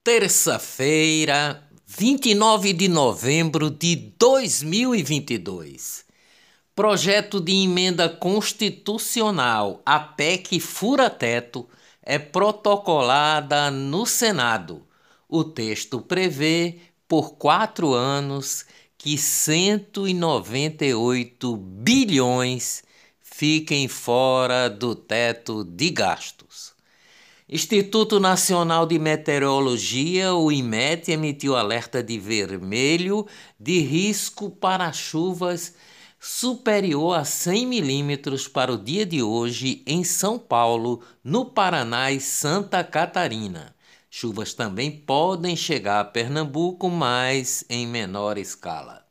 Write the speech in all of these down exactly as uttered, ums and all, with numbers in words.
Terça-feira, vinte e nove de novembro de dois mil e vinte e dois. Projeto de emenda constitucional, a P E C fura-teto, é protocolada no Senado. O texto prevê, por quatro anos, que cento e noventa e oito bilhões fiquem fora do teto de gastos. Instituto Nacional de Meteorologia, o IMET, emitiu alerta de vermelho de risco para chuvas superior a cem milímetros para o dia de hoje em São Paulo, no Paraná e Santa Catarina. Chuvas também podem chegar a Pernambuco, mas em menor escala.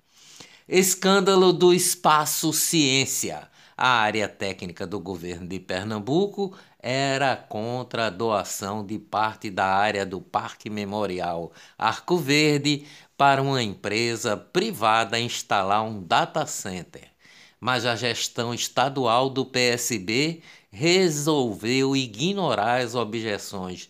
Escândalo do Espaço Ciência. A área técnica do governo de Pernambuco era contra a doação de parte da área do Parque Memorial Arco Verde para uma empresa privada instalar um data center. Mas a gestão estadual do P S B resolveu ignorar as objeções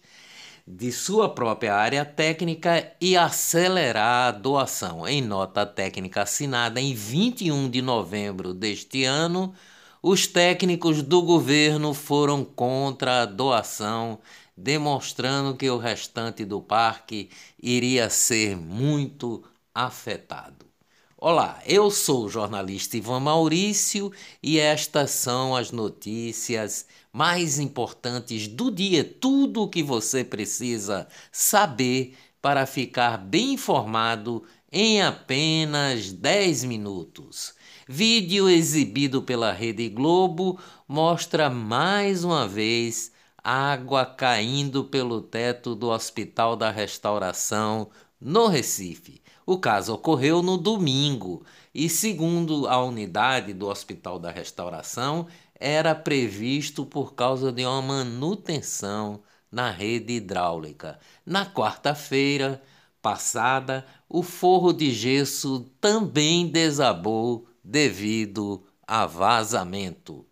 de sua própria área técnica e acelerar a doação. Em nota técnica assinada em vinte e um de novembro deste ano, os técnicos do governo foram contra a doação, demonstrando que o restante do parque iria ser muito afetado. Olá, eu sou o jornalista Ivan Maurício e estas são as notícias mais importantes do dia. Tudo o que você precisa saber para ficar bem informado em apenas dez minutos. Vídeo exibido pela Rede Globo mostra mais uma vez água caindo pelo teto do Hospital da Restauração, no Recife. O caso ocorreu no domingo e, segundo a unidade do Hospital da Restauração, era previsto por causa de uma manutenção na rede hidráulica. Na quarta-feira passada, o forro de gesso também desabou devido a vazamento.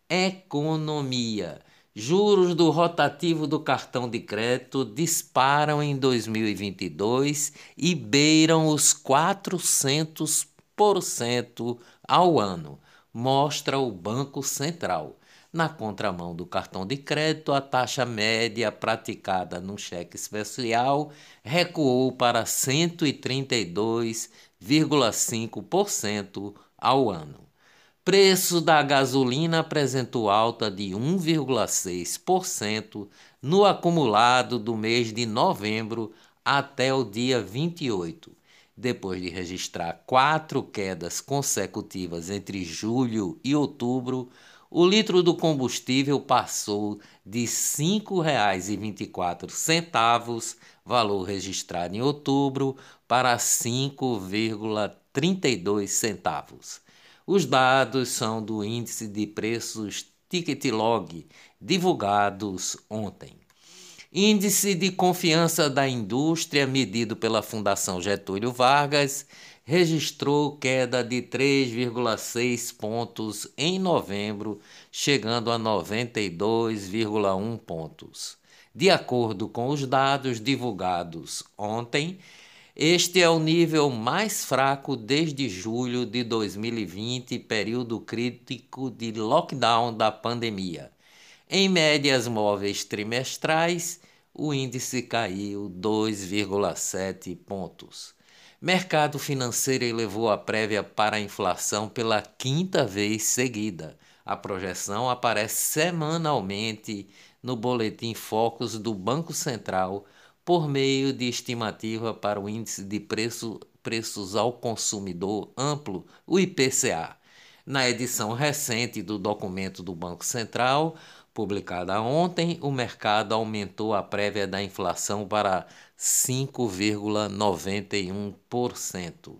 Economia. Juros do rotativo do cartão de crédito disparam em dois mil e vinte e dois e beiram os quatrocentos por cento ao ano, mostra o Banco Central. Na contramão do cartão de crédito, a taxa média praticada no cheque especial recuou para cento e trinta e dois vírgula cinco por cento ao ano. Preço da gasolina apresentou alta de um vírgula seis por cento no acumulado do mês de novembro até o dia vinte e oito, depois de registrar quatro quedas consecutivas entre julho e outubro. O litro do combustível passou de cinco reais e vinte e quatro centavos, valor registrado em outubro, para cinco vírgula trinta e dois centavos. Os dados são do Índice de Preços Ticket-Log, divulgados ontem. Índice de Confiança da Indústria, medido pela Fundação Getúlio Vargas, registrou queda de três vírgula seis pontos em novembro, chegando a noventa e dois vírgula um pontos. De acordo com os dados divulgados ontem, este é o nível mais fraco desde julho de dois mil e vinte, período crítico de lockdown da pandemia. Em médias móveis trimestrais, o índice caiu dois vírgula sete pontos. Mercado financeiro elevou a prévia para a inflação pela quinta vez seguida. A projeção aparece semanalmente no Boletim Focus do Banco Central, por meio de estimativa para o Índice de Preço, Preços ao Consumidor Amplo, o I P C A. Na edição recente do documento do Banco Central, publicada ontem, o mercado aumentou a prévia da inflação para cinco vírgula noventa e um por cento.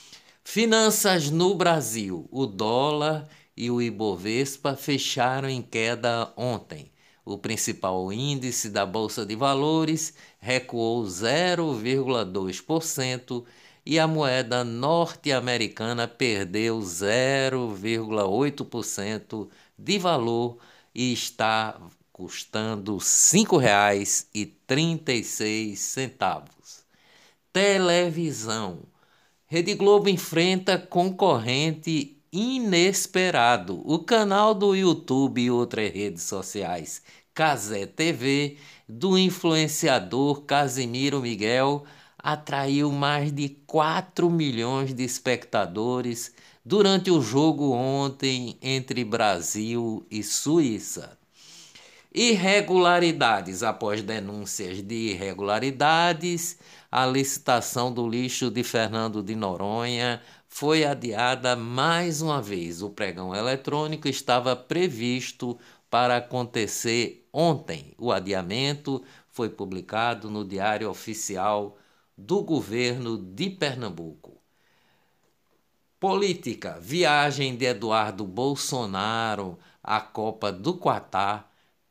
Finanças no Brasil. O dólar e o Ibovespa fecharam em queda ontem. O principal índice da Bolsa de Valores recuou zero vírgula dois por cento e a moeda norte-americana perdeu zero vírgula oito por cento de valor e está custando cinco reais e trinta e seis centavos. Televisão. Rede Globo enfrenta concorrente inesperado. O canal do YouTube e outras redes sociais Cazé T V, do influenciador Casimiro Miguel, atraiu mais de quatro milhões de espectadores durante o jogo ontem entre Brasil e Suíça. Irregularidades. Após denúncias de irregularidades, a licitação do lixo de Fernando de Noronha foi adiada mais uma vez. O pregão eletrônico estava previsto para acontecer ontem. O adiamento foi publicado no Diário Oficial do Governo de Pernambuco. Política. Viagem de Eduardo Bolsonaro à Copa do Catar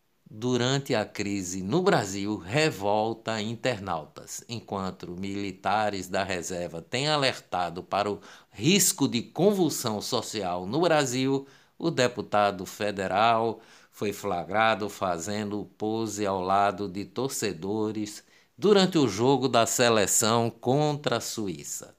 durante a crise no Brasil revolta internautas. Enquanto militares da reserva têm alertado para o risco de convulsão social no Brasil, o deputado federal foi flagrado fazendo pose ao lado de torcedores durante o jogo da seleção contra a Suíça.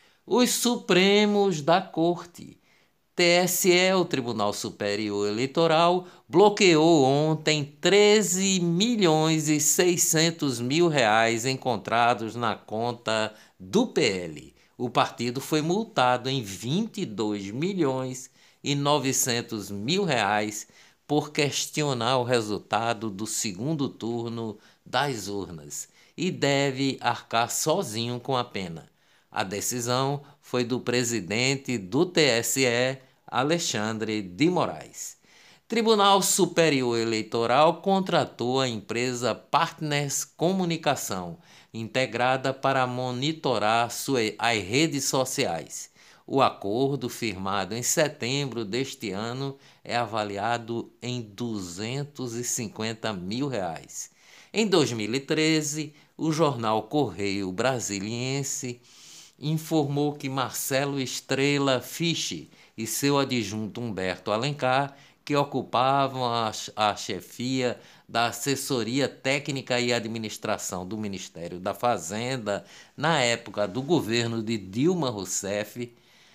Os Supremos da Corte. T S E, o Tribunal Superior Eleitoral, bloqueou ontem treze milhões e seiscentos mil reais encontrados na conta do P L. O partido foi multado em vinte e dois milhões e novecentos mil reais por questionar o resultado do segundo turno das urnas e deve arcar sozinho com a pena. A decisão foi do presidente do T S E, Alexandre de Moraes. Tribunal Superior Eleitoral contratou a empresa Partners Comunicação, integrada para monitorar suas, as redes sociais. O acordo, firmado em setembro deste ano, é avaliado em duzentos e cinquenta mil reais. Em dois mil e treze, o jornal Correio Brasiliense informou que Marcelo Estrela Fiche e seu adjunto Humberto Alencar, que ocupavam a, a chefia da Assessoria Técnica e Administração do Ministério da Fazenda na época do governo de Dilma Rousseff,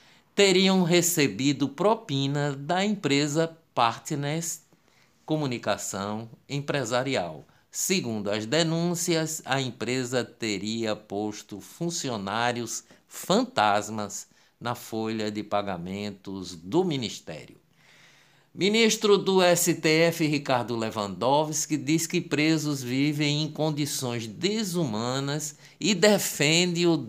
teriam recebido propina da empresa Partners Comunicação Empresarial. Segundo as denúncias, a empresa teria posto funcionários fantasmas na folha de pagamentos do Ministério. Ministro do S T F, Ricardo Lewandowski, diz que presos vivem em condições desumanas e defende o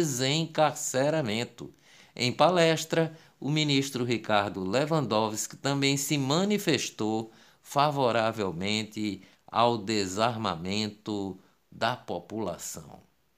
desencarceramento. Em palestra, o ministro Ricardo Lewandowski também se manifestou favoravelmente ao desarmamento da população.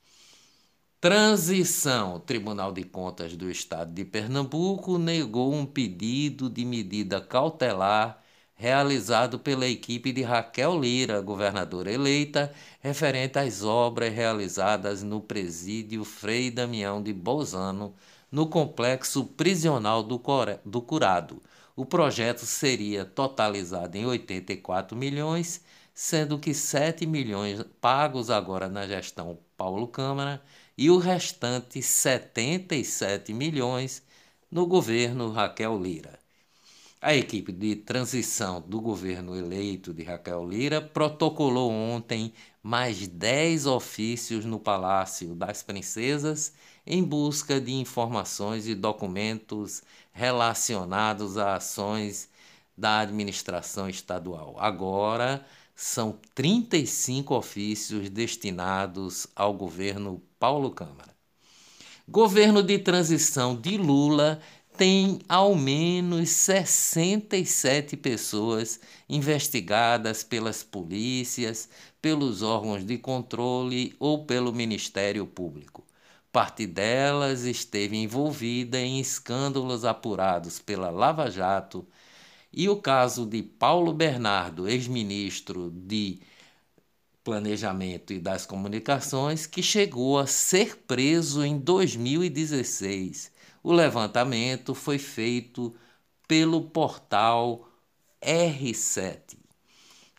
Transição. O Tribunal de Contas do Estado de Pernambuco negou um pedido de medida cautelar realizado pela equipe de Raquel Lira, governadora eleita, referente às obras realizadas no presídio Frei Damião de Bolzano, no complexo prisional do Curado. O projeto seria totalizado em oitenta e quatro milhões, sendo que sete milhões pagos agora na gestão Paulo Câmara e o restante setenta e sete milhões no governo Raquel Lira. A equipe de transição do governo eleito de Raquel Lira protocolou ontem mais dez ofícios no Palácio das Princesas em busca de informações e documentos relacionados a ações da administração estadual. Agora, são trinta e cinco ofícios destinados ao governo Paulo Câmara. Governo de transição de Lula tem ao menos sessenta e sete pessoas investigadas pelas polícias, pelos órgãos de controle ou pelo Ministério Público. Parte delas esteve envolvida em escândalos apurados pela Lava Jato, e o caso de Paulo Bernardo, ex-ministro de Planejamento e das Comunicações, que chegou a ser preso em dois mil e dezesseis. O levantamento foi feito pelo portal R sete.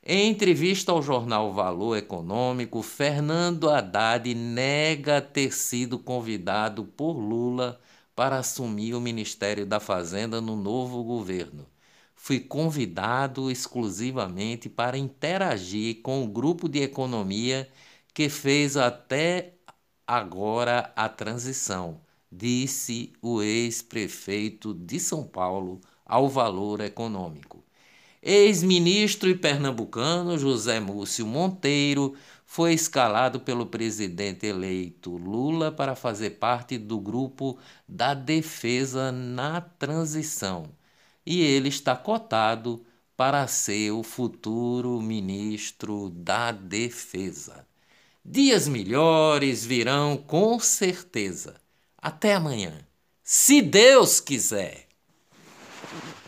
Em entrevista ao jornal Valor Econômico, Fernando Haddad nega ter sido convidado por Lula para assumir o Ministério da Fazenda no novo governo. Fui convidado exclusivamente para interagir com o grupo de economia que fez até agora a transição, disse o ex-prefeito de São Paulo ao Valor Econômico. Ex-ministro e pernambucano José Múcio Monteiro foi escalado pelo presidente eleito Lula para fazer parte do grupo da defesa na transição. E ele está cotado para ser o futuro ministro da Defesa. Dias melhores virão com certeza. Até amanhã, se Deus quiser.